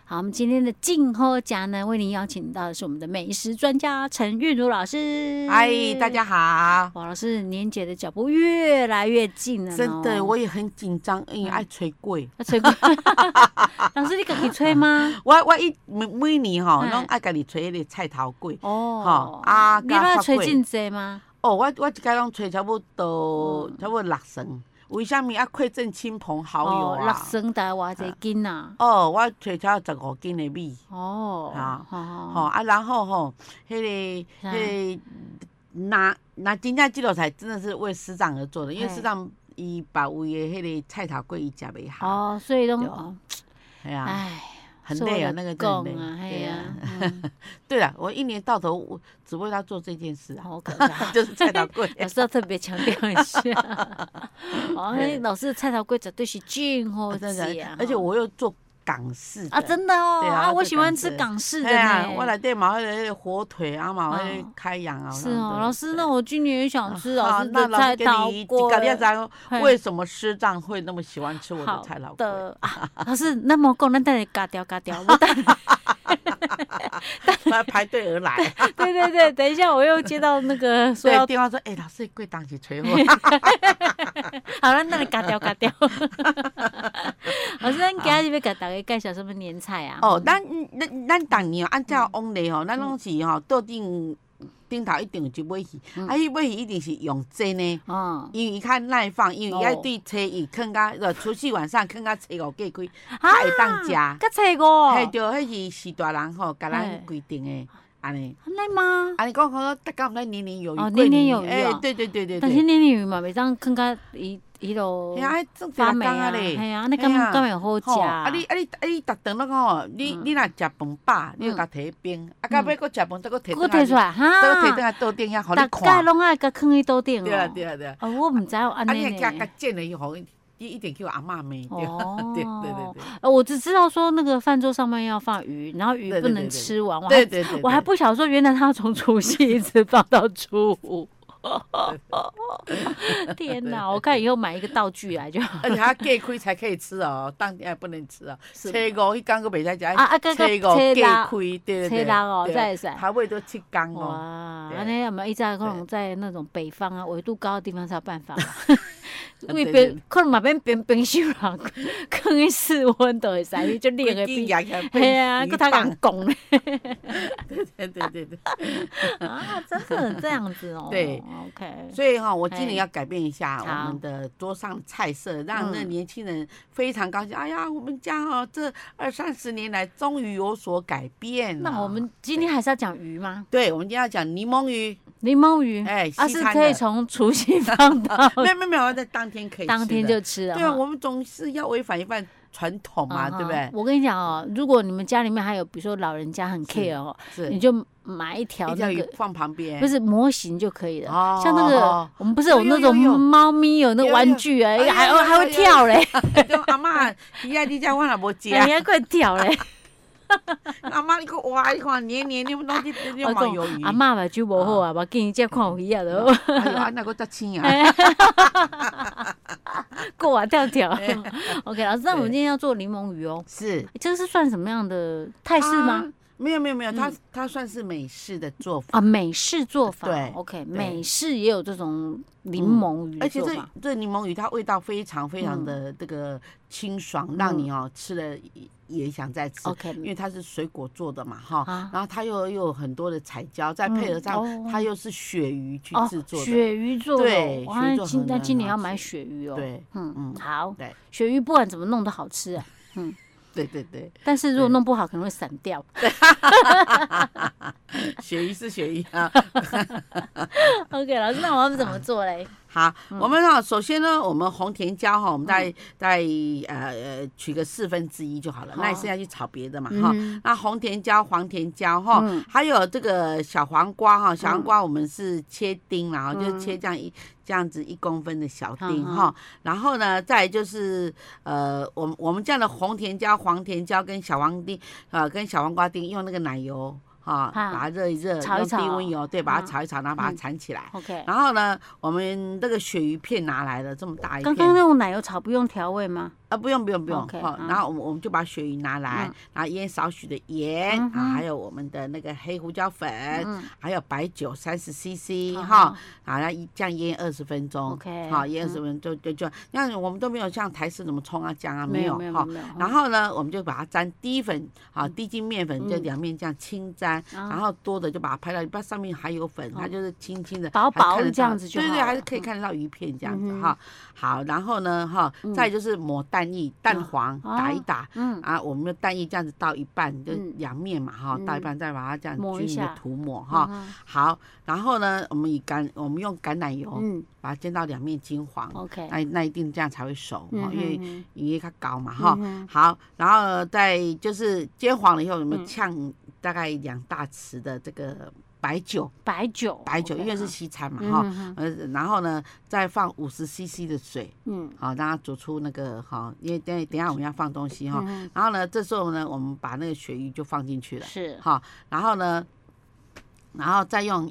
好，我们今天的静候家呢，为您邀请到的是我们的美食专家陈韵如老师。 嗨，大家好。 哇，老师，年节的脚步越来越近了， 真的，我也很紧张，因为爱吹粿。 吹粿，老师你自己吹吗？ 我每年吼，拢爱家己吹迄个菜头粿。 哦，你那吹真济吗？ 哦，我一家拢吹差不多6升。为什么啊？馈赠亲朋好友啊 ？6升大概偌济斤啊？ 哦，我吹超15斤的米。 哦， 好啊，然后吼，迄个，那真正这道菜真的是为师长而做的，因为师长伊别位的迄个菜头粿伊食袂好。 哦，所以拢， 哎呀， 哎。 很累啊，那个真累。 对呀， 对了，我一年到头只为他做这件事啊， 好可怕， 就是菜头粿。 老师要特别强调一下，哦，老师的菜头粿绝对是真好吃啊， 而且我又做港式啊，真的哦， 对啊， 我喜欢吃港式的呢。 我内底嘛迄个火腿啊嘛，迄个开洋啊。 是哦，老师，那我今年也想吃老师的菜头粿。 你知为什么师长会那么喜欢吃我的菜头粿？ 老师，那么讲，咱等下嘎掉，我等。 排队而来。 对，等一下我又接到那个说要电话说，老师贵当起催我。 好了，那你嘎掉。老师，咱今日要给大家介绍什么年菜啊？ 哦，咱当年按照往例吼，咱拢是吼桌顶头一定有一尾鱼，迄尾鱼一定是用蒸的，因为伊较耐放，因为伊爱对初一放到除夕晚上放到初5隔开，才会当食。 到初5？ 嘿，对，迄是大人吼，甲咱规定的。安尼吗？ 安尼讲好，大家毋知年年有余。 哦，年年有余哦。对。 但是年年有余嘛，袂当放到伊落发霉啊，系啊，你敢会好食？ 你逐顿拢吼，你若食饭饱，你就甲摕去冰，到尾搁食饭再搁摕出来，哈， 再搁摕倒来桌顶遐，互你看。 大家拢爱甲放喺桌顶哦。 对啊。 哦，我毋知有安尼呢。 你甲剪了以后，你一定叫阿嬷骂。对。 我只知道说那个饭桌上面要放鱼，然后鱼不能吃完。 对。 我还不晓得说，原来他要从除夕一直放到初5。天哪！我看以后买一个道具来就好。 而且它隔开才可以吃哦，当天还不能吃哦。初5迄天佫袂使食。初5隔开，对。 初6哦，才会使。 还未到7天哦。 哇，安尼要么一早可能在那种北方啊，纬度高的地方才有办法。因为可能嘛变冰箱啦，放去室温都会使，你就热个冰。系啊，佮他讲讲咧。 对。 啊，真的这样子哦。 对 ，OK。 所以我今年要改变一下我们的桌上菜色，让那年轻人非常高兴。哎呀，我们家这20-30年来终于有所改变了。 那我们今天还是要讲鱼吗？ 对，我们今天要讲柠檬鱼。 柠檬鱼，是可以从除夕放到。 没有，在当天可以吃。 当天就吃了。 对啊，我们总是要违反一番传统嘛，对不对？ 我跟你讲哦，如果你们家里面还有，比如说老人家很 care 哦，你就买一条那个放旁边， 不是模型就可以了。像那个我们不是有那种猫咪有那玩具啊，还会跳嘞。 阿嬷，你家我也无食， 人家快跳嘞。 阿嬷，你哇，你看年你们拢去买鱿鱼。 阿嬷目睭无好啊，无见伊只看有鱼啊都。 哎呦，那个得青啊！ 过啊跳。OK， 老师，那我们今天要做柠檬鱼哦。 是， 这个是算什么样的泰式吗？ 没有，它算是美式的做法啊，美式做法。 对 ，OK， 美式也有这种柠檬鱼， 而且这柠檬鱼它味道非常非常的这个清爽，让你吃了也想再吃。 OK， 因为它是水果做的嘛哈，然后它又有很多的彩椒，再配合上它又是鳕鱼去制作的。 鳕鱼做的， 对， 但今年要买鳕鱼哦。 对， 好，鳕鱼不管怎么弄都好吃啊。 对。 但是如果弄不好，可能会散掉。 鳕鱼是鳕鱼啊。 OK， 老师，那我们怎么做嘞？ 好，我们首先呢，我们红甜椒我们再取个1/4就好了。那你剩下去炒别的嘛哈。那红甜椒、黄甜椒还有这个小黄瓜小黄瓜我们是切丁啦，就是切这样子1公分的小丁然后呢，再来就是我们这样的红甜椒、黄甜椒跟小黄丁跟小黄瓜丁用那个奶油。把它热一热，用低温油，对，把它炒一炒，然后把它缠起来。 OK。 然后呢，我们这个鳕鱼片拿来了，这么大一片。 刚刚那种奶油炒不用调味吗？ 不用， OK， 然后我们就把鳕鱼拿来，然后腌少许的盐啊，还有我们的那个黑胡椒粉，还有白酒30cc 哈，好，然后这样腌20分钟 ，OK， 好，腌20分钟就，那我们都没有像台式什么葱啊姜啊没有哈，然后呢，我们就把它沾低粉，好，低筋面粉，就两面这样轻沾，然后多的就把它拍到，你不要上面还有粉，它就是轻轻的， 薄薄的这样子就好， 对，还是可以看得到鱼片这样子哈。好，然后呢哈，再就是抹蛋液，蛋黄打一打，啊，我们的蛋液这样子倒一半，就两面嘛哈，倒一半再把它这样均匀的涂抹哈。好，然后呢，我们用橄榄油，把它煎到两面金黄 ，OK， 那一定这样才会熟哈，因为鱼它高嘛哈。好，然后再就是煎黄了以后，我们呛大概2大匙的这个白酒，因为是西餐嘛哈，然后呢再放50cc 的水，好让它煮出那个哈，因为等一下我们要放东西哈，然后呢这时候呢我们把那个鳕鱼就放进去了， 是哈，然后再用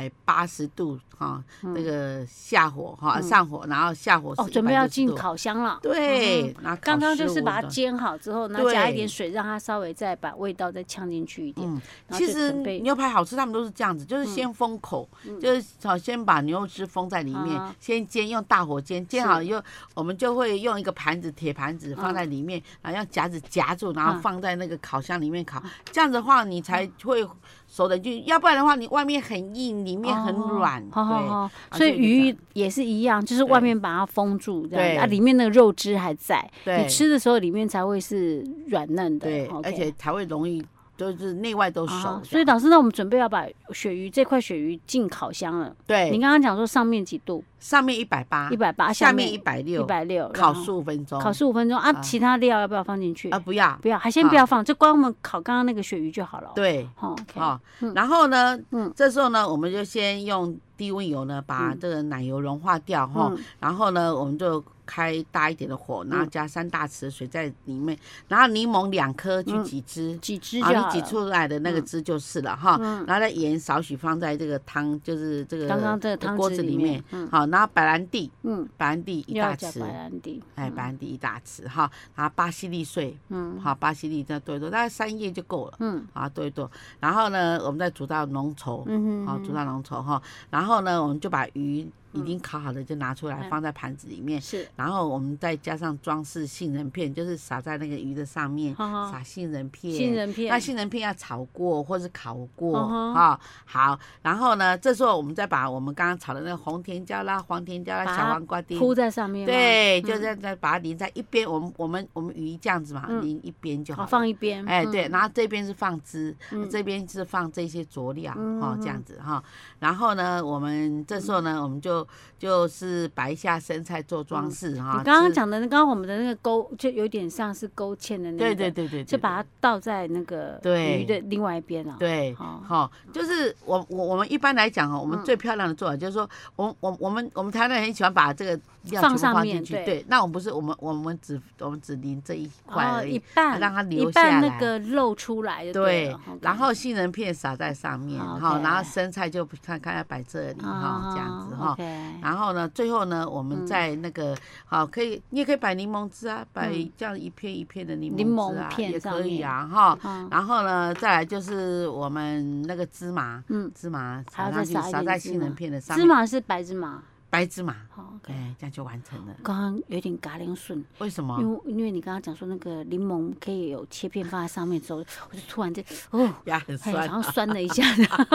180度哈，那个下火哈，上火，然后下火是准备要进烤箱了。 对， 刚刚就是把它煎好之后，然后加一点水，让它稍微再把味道再呛进去一点。 其实牛排好吃，他们都是这样子，就是先封口，就是先把牛肉汁封在里面，先煎，用大火煎，煎好以后，我们就会用一个盘子，铁盘子放在里面，然后用夹子夹住，然后放在那个烤箱里面烤。这样子的话，你才会熟的就，要不然的话，你外面很硬，里面很软。 对，所以鱼也是一样，就是外面把它封住，这样啊，里面那个肉汁还在，你吃的时候里面才会是软嫩的， 对，而且才会容易。就是内外都熟， 所以老师，那我们准备要把这块鳕鱼进烤箱了。 对， 你刚刚讲说上面几度？ 上面180，下面160，烤15分钟。 烤15分钟啊！其他料要不要放进去？ 不要， 还先不要放，就光我们烤刚刚那个鳕鱼就好了。 对，好，然后呢，这时候呢，我们就先用低温油呢，把这个奶油融化掉哈，然后呢，我们就开大一点的火，然后加3大匙的水在里面，然后柠檬2颗去挤汁， 就好了， 你挤出来的那个汁就是了哈。然后再盐少许放在这个汤，就是这个刚刚这个汤锅子里面，好，然后白兰地1大匙， 白兰地1大匙哈，然后巴西利碎，好，巴西利再剁一剁，大概3叶就够了，好，剁一剁，然后呢，我们再煮到浓稠，好，煮到浓稠哈，然后呢，我们就把鱼已经烤好的就拿出来放在盘子里面， 是， 然后我们再加上装饰杏仁片，就是撒在那个鱼的上面，撒杏仁片，那杏仁片要炒过或是烤过，好，然后呢，这时候我们再把我们刚刚炒的那个红甜椒啦、黄甜椒啦、小黄瓜丁铺在上面， 对，就再把它淋在一边，我们鱼这样子嘛，淋一边就好， 放一边， 对，然后这边是放汁，这边是放这些佐料，这样子哈，然后呢，我们这时候呢，我们就是摆一下生菜做装饰哈。 你刚刚讲的，刚刚我们的那个勾，就有点像是勾芡的那个， 对， 就把它倒在那个鱼的另外一边了。 对，好，就是我们一般来讲哈，我们最漂亮的做法就是说，我们台湾人很喜欢把这个料全部放进去，对。那我们不是，我们只淋这一块而已， 一半让它留下来， 一半那个露出来就对了。 然后杏仁片撒在上面，好，然后生菜就看要摆这里哈，这样子哈。然后呢，最后呢，我们在那个好，你也可以摆柠檬汁啊，摆这样一片一片的柠檬汁啊，也可以啊哈。然后呢，再来就是我们那个芝麻，芝麻撒上去，撒在杏仁片的上面。 芝麻是白芝麻。 白芝麻，这样就完成了。 刚刚有点嘎铃顺， 为什么？ 因为你刚刚讲说那个柠檬可以有切片放在上面之后，我就突然间牙很酸， 好像酸了一下。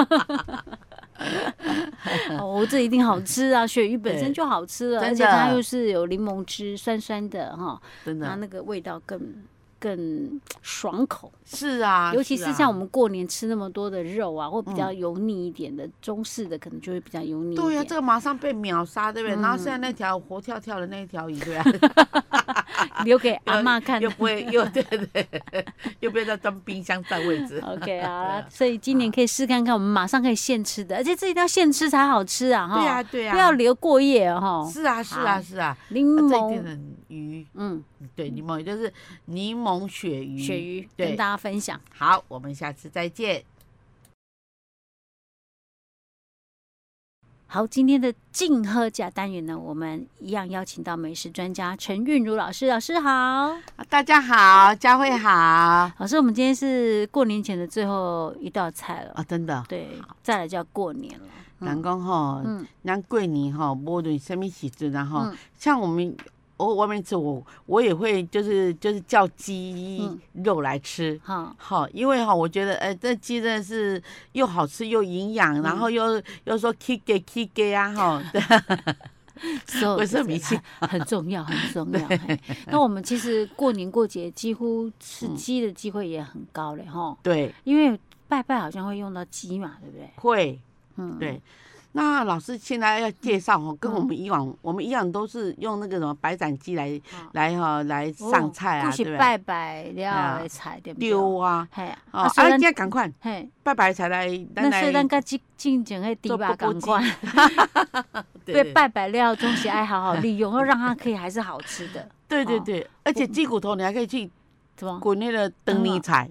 这一定好吃啊！鳕鱼本身就好吃了，而且它又是有柠檬汁，酸酸的哈， 真的， 然后那个味道更爽口。 是啊， 尤其是像我们过年吃那么多的肉啊，或比较油腻一点的，中式的可能就会比较油腻一点。 对呀，这个马上被秒杀，对不对？然后现在那条活跳跳的那一条鱼，对吧？ 留给阿嬷看， 又不会对，又不要再装冰箱占位置。 OK， 好了，所以今年可以试看看，我们马上可以现吃的，而且这一定要现吃才好吃啊！哈， 对啊， 不要留过夜哈。 是啊， 柠檬鱼，对，柠檬就是柠檬鳕鱼， 跟大家分享。 好，我们下次再见。 好，今天的静喝甲单元呢，我们一样邀请到美食专家陈韵如老师。老师好。 大家好，佳慧好。 老师，我们今天是过年前的最后一道菜了。 真的。 对，再来就要过年了。 人讲吼，咱过年吼，无论什么时阵啊吼，像我们。外面吃我也会就是叫鸡肉来吃，好，因为我觉得这鸡真的是又好吃又营养，然后又说 K 啊哈，卫生迷信很重要很重要。那我们其实过年过节几乎吃鸡的机会也很高嘞哈。 对， 因为拜拜好像会用到鸡嘛，对不对？ 会，对。那老师现在要介绍跟我们以往，我们一样都是用那个什么白斩鸡来上菜啊，对不对？ 拜拜了的菜对不对？ 对啊，现在赶快，拜拜菜来， 那所以咱甲进前迄猪肉赶快，被拜拜了东西爱好好利用，要让它可以还是好吃的。 对对对，而且鸡骨头你还可以去滚那个灯泥菜。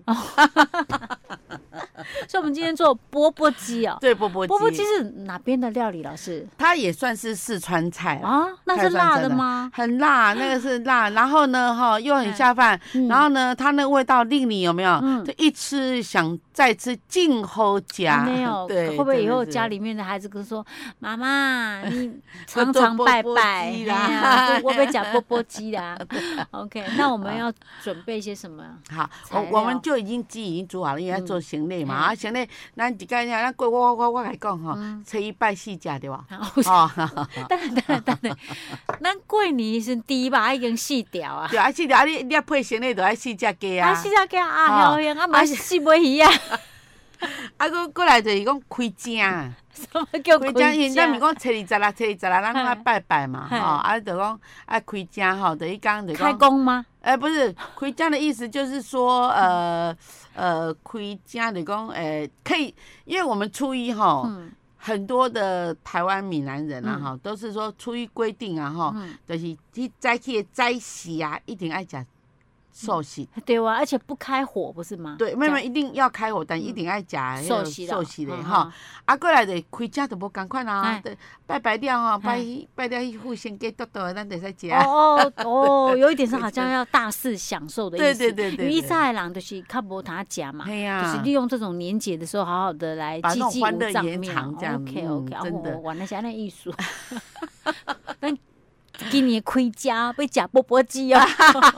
所以，我们今天做钵钵鸡哦。 对，钵钵鸡。 钵钵鸡是哪边的料理？老师？ 它也算是四川菜啊。那是辣的吗？ 很辣，那个是辣。然后呢，又很下饭。然后呢，它那个味道令你有没有？就一吃想再吃，静候家。 没有。 对。 会不会以后家里面的孩子跟说：“妈妈，你常常拜拜啦，我被讲钵钵鸡啦。” OK， 那我们要准备些什么？ 好，我们就鸡已经煮好了，因为要做行李嘛。行李，咱一家咱过我来讲吼，初一拜四食对吧？ 当然，咱过年是猪肉已经死掉啊。 对啊，死掉你要配行李就要四只鸡啊。 四只鸡啊，好香啊，嘛四尾鱼啊。 过来就是讲开正。 什么叫开正？ 因为咱毋讲初二十啦，咱爱拜拜嘛，就讲爱开正吼，就迄天就开工吗？ 不是，开正的意思就是说，开正就讲，可以，因为我们初一吼，很多的台湾闽南人啊哈，都是说初一规定啊哈，就是去早起的早时啊，一定爱食寿喜。 对啊，而且不开火不是吗？ 对，妹妹一定要开火，但一定爱食寿喜的哈。过来就开正就无共款啊，拜拜了吼，拜了迄副先给剁剁，咱就使食。 有一点是好像要大肆享受的意思。 对。 因为以前的人就是较无他食嘛，就是利用这种年节的时候，好好的来祭祭无账面。OK， 真的， 原来是安尼意思。咱今年开家要食钵钵鸡哦。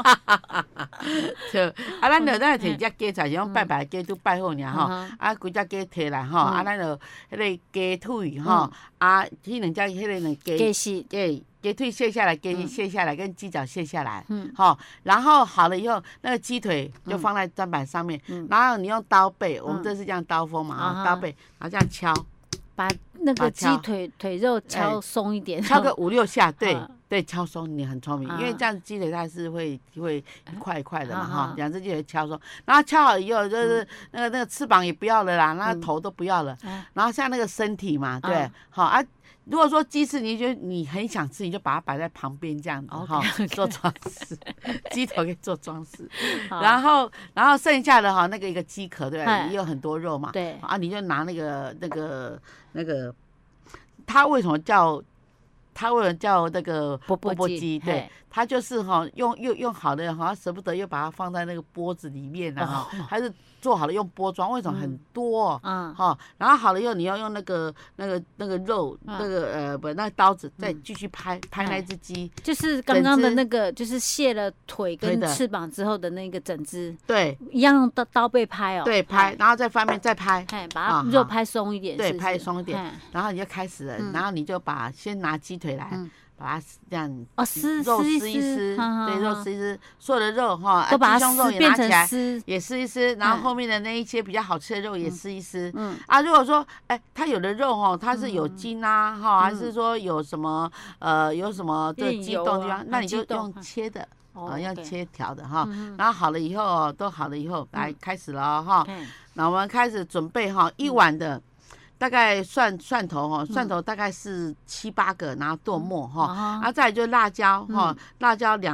就咱就摕只鸡菜，是讲拜拜鸡都拜好尔吼，规只鸡摕来吼，咱就迄个鸡腿吼，迄两鸡鸡腿卸下来，鸡卸下来，跟鸡脚卸下来，然后好了以后，那个鸡腿就放在砧板上面，然后你用刀背，我们这是这样刀锋嘛，刀背，然后这样敲， 把那个鸡腿肉敲松一点， 敲个5、6下，对，敲松，你很聪明，因为这样子鸡腿它是会一块一块的嘛哈，两只鸡腿敲松，然后敲好以后就是那个翅膀也不要了啦，那个头都不要了，然后像那个身体嘛，对，好如果说鸡翅你觉得你很想吃，你就把它摆在旁边这样子哈，做装饰，鸡头可以做装饰，然后剩下的那个一个鸡壳对吧？也有很多肉嘛， 对你就拿那个，它为什么叫那个钵钵鸡？对，它就是用好的它舍不得又把它放在那个钵子里面啊，还是做好了用钵装，为什么很多？然后好了以后你要用那个肉，那刀子再继续拍那只鸡， 就是刚刚的那个，就是卸了腿跟翅膀之后的那个整只， 对， 一样用刀背拍哦， 对，拍，然后再翻面再拍， 把它肉拍松一点， 对，拍松一点，然后你就开始了，然后你就先拿鸡腿来。把它这样肉撕一撕，对，肉撕一撕，所有的肉都把它鸡胸肉也拿起来，也撕一撕，然后后面的那一些比较好吃的肉也撕一撕。如果说它有的肉它是有筋啊还是说有什么有什么这激动地方，那你就用切的要切条的然后好了以后都好了以后来开始了那我们开始准备1碗的。大概蒜头蒜头大概是7、8个，然后剁末然后再来就辣椒辣椒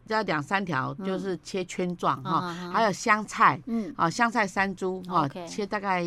要2-3条，就是切圈状哈。还有香菜，香菜3株哈，切大概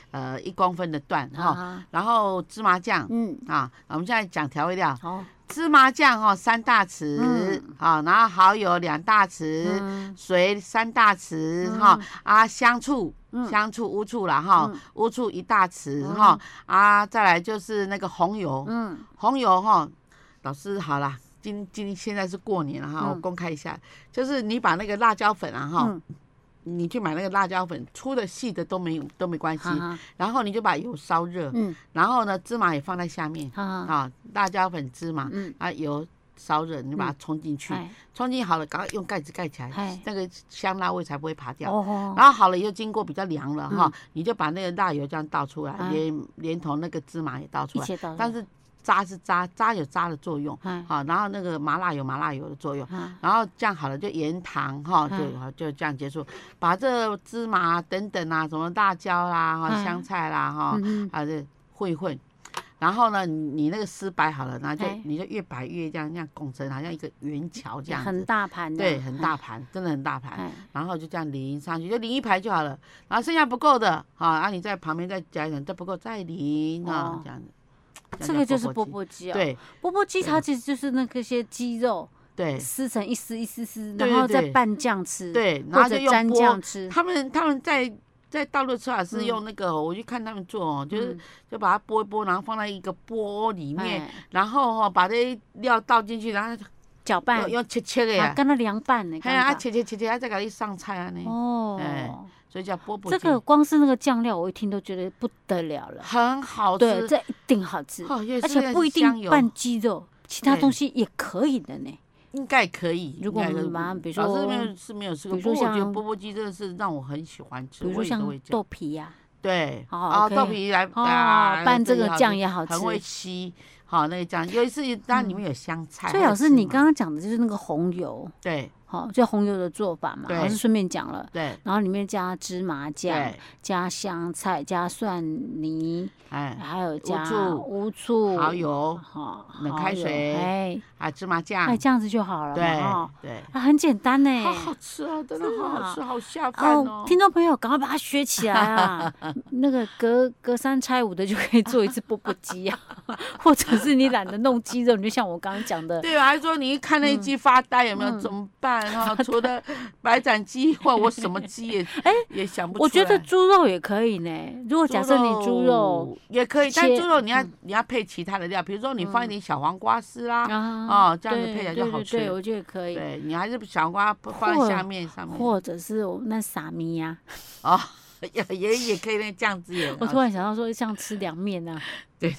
1公分的段哈。然后芝麻酱，我们现在讲调味料。芝麻酱3大匙，然后蚝油2大匙，水3大匙香醋乌醋啦乌醋1大匙再来就是那个红油，红油老师好啦，现在是过年了我公开一下，就是你把那个辣椒粉你去买那个辣椒粉，粗的细的都没关系，然后你就把油烧热，然后呢芝麻也放在下面辣椒粉芝麻油烧热，你把它冲进去，冲进好了，赶快用盖子盖起来，那个香辣味才不会爬掉。然后好了，又经过比较凉了你就把那个辣油这样倒出来，连同那个芝麻也倒出来，但是渣是渣有渣的作用，然后那个麻辣有麻辣油的作用，然后这样好了就盐糖就这样结束，把这芝麻等等什么辣椒啦香菜啦这混一混，然后呢你那个丝摆好了，然后你就越摆越这样拱成好像一个圆桥这样子， 很大盘， 对，很大盘，真的很大盘，然后就这样淋上去，就淋1排就好了，然后剩下不够的你在旁边再加一点，再不够再淋这样子。 这个就是钵钵鸡对， 钵钵鸡它其实就是那个些鸡肉， 对， 撕成一丝一丝丝，然后再拌酱吃， 对，然后就蘸酱吃。 他们在大陆吃法是用那个，我去看他们做就把它拨一拨，然后放在一个钵里面，然后把这些料倒进去，然后搅拌， 用切的呀， 跟它凉拌呢， 切，再给它上菜所以叫钵钵鸡。 这个光是那个酱料，我一听都觉得不得了了， 很好吃。 对，这一定好吃，而且不一定拌鸡肉，其他东西也可以的呢。 应该可以。 如果我们把比如说， 老师是没有吃过，不过我觉得钵钵鸡真的是让我很喜欢吃。 比如说像豆皮呀， 对，豆皮来拌这个酱也好吃， 很会吸。那个酱，有一次当然里面有香菜。 所以老师，你刚刚讲的就是那个红油， 对。 就红油的做法嘛，老师顺便讲了。 对， 然后里面加芝麻酱，加香菜，加蒜泥，还有加乌醋、 蚝油，冷开水，芝麻酱， 这样子就好了嘛。 对， 很简单呢， 好好吃哦，真的好好吃，好下饭哦。 听众朋友，赶快把它学起来啊！那个隔3差5的就可以做一次钵钵鸡啊，或者是你懒得弄鸡肉，你就像我刚刚讲的， 对，还说你一看那一鸡发呆，有没有怎么办？除了白斩鸡或我什么鸡也想不出来。 我觉得猪肉也可以呢。如果假设你猪肉也可以，但猪肉你要配其他的料，比如说你放一点小黄瓜丝啦，这样子配起来就好吃。 对，我觉得可以。 对，你还是小黄瓜放在上面， 或者是我们那撒米呀， 也可以那酱汁也。 我突然想到说，像吃凉面啊。 对，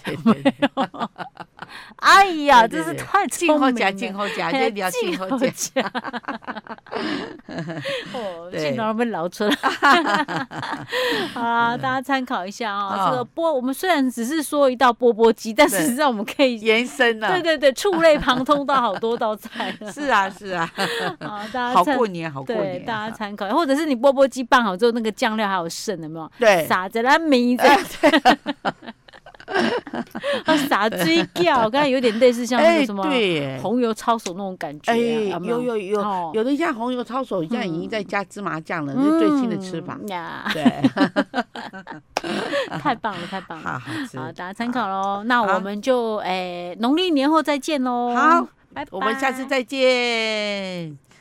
哎呀，真是太聪明了。 静候夹，就聊静候夹。 镜头被捞出来。好啦，大家参考一下这个我们虽然只是说一道钵钵鸡，但事实上我们可以延伸了。 对，触类旁通到好多道菜了。 是啊。 好，大家好过年。 对，大家参考，或者是你钵钵鸡拌好之后，那个酱料还有剩的没有？ 对， 撒在那米这样。撒水饺，刚才有点类似像那个什么红油抄手那种感觉。 有的像红油抄手，现在已经在加芝麻酱了，这是最新的吃法。对， 太棒了。 好， 大家参考喽。那我们就农历年后再见喽。 好，拜拜，我们下次再见。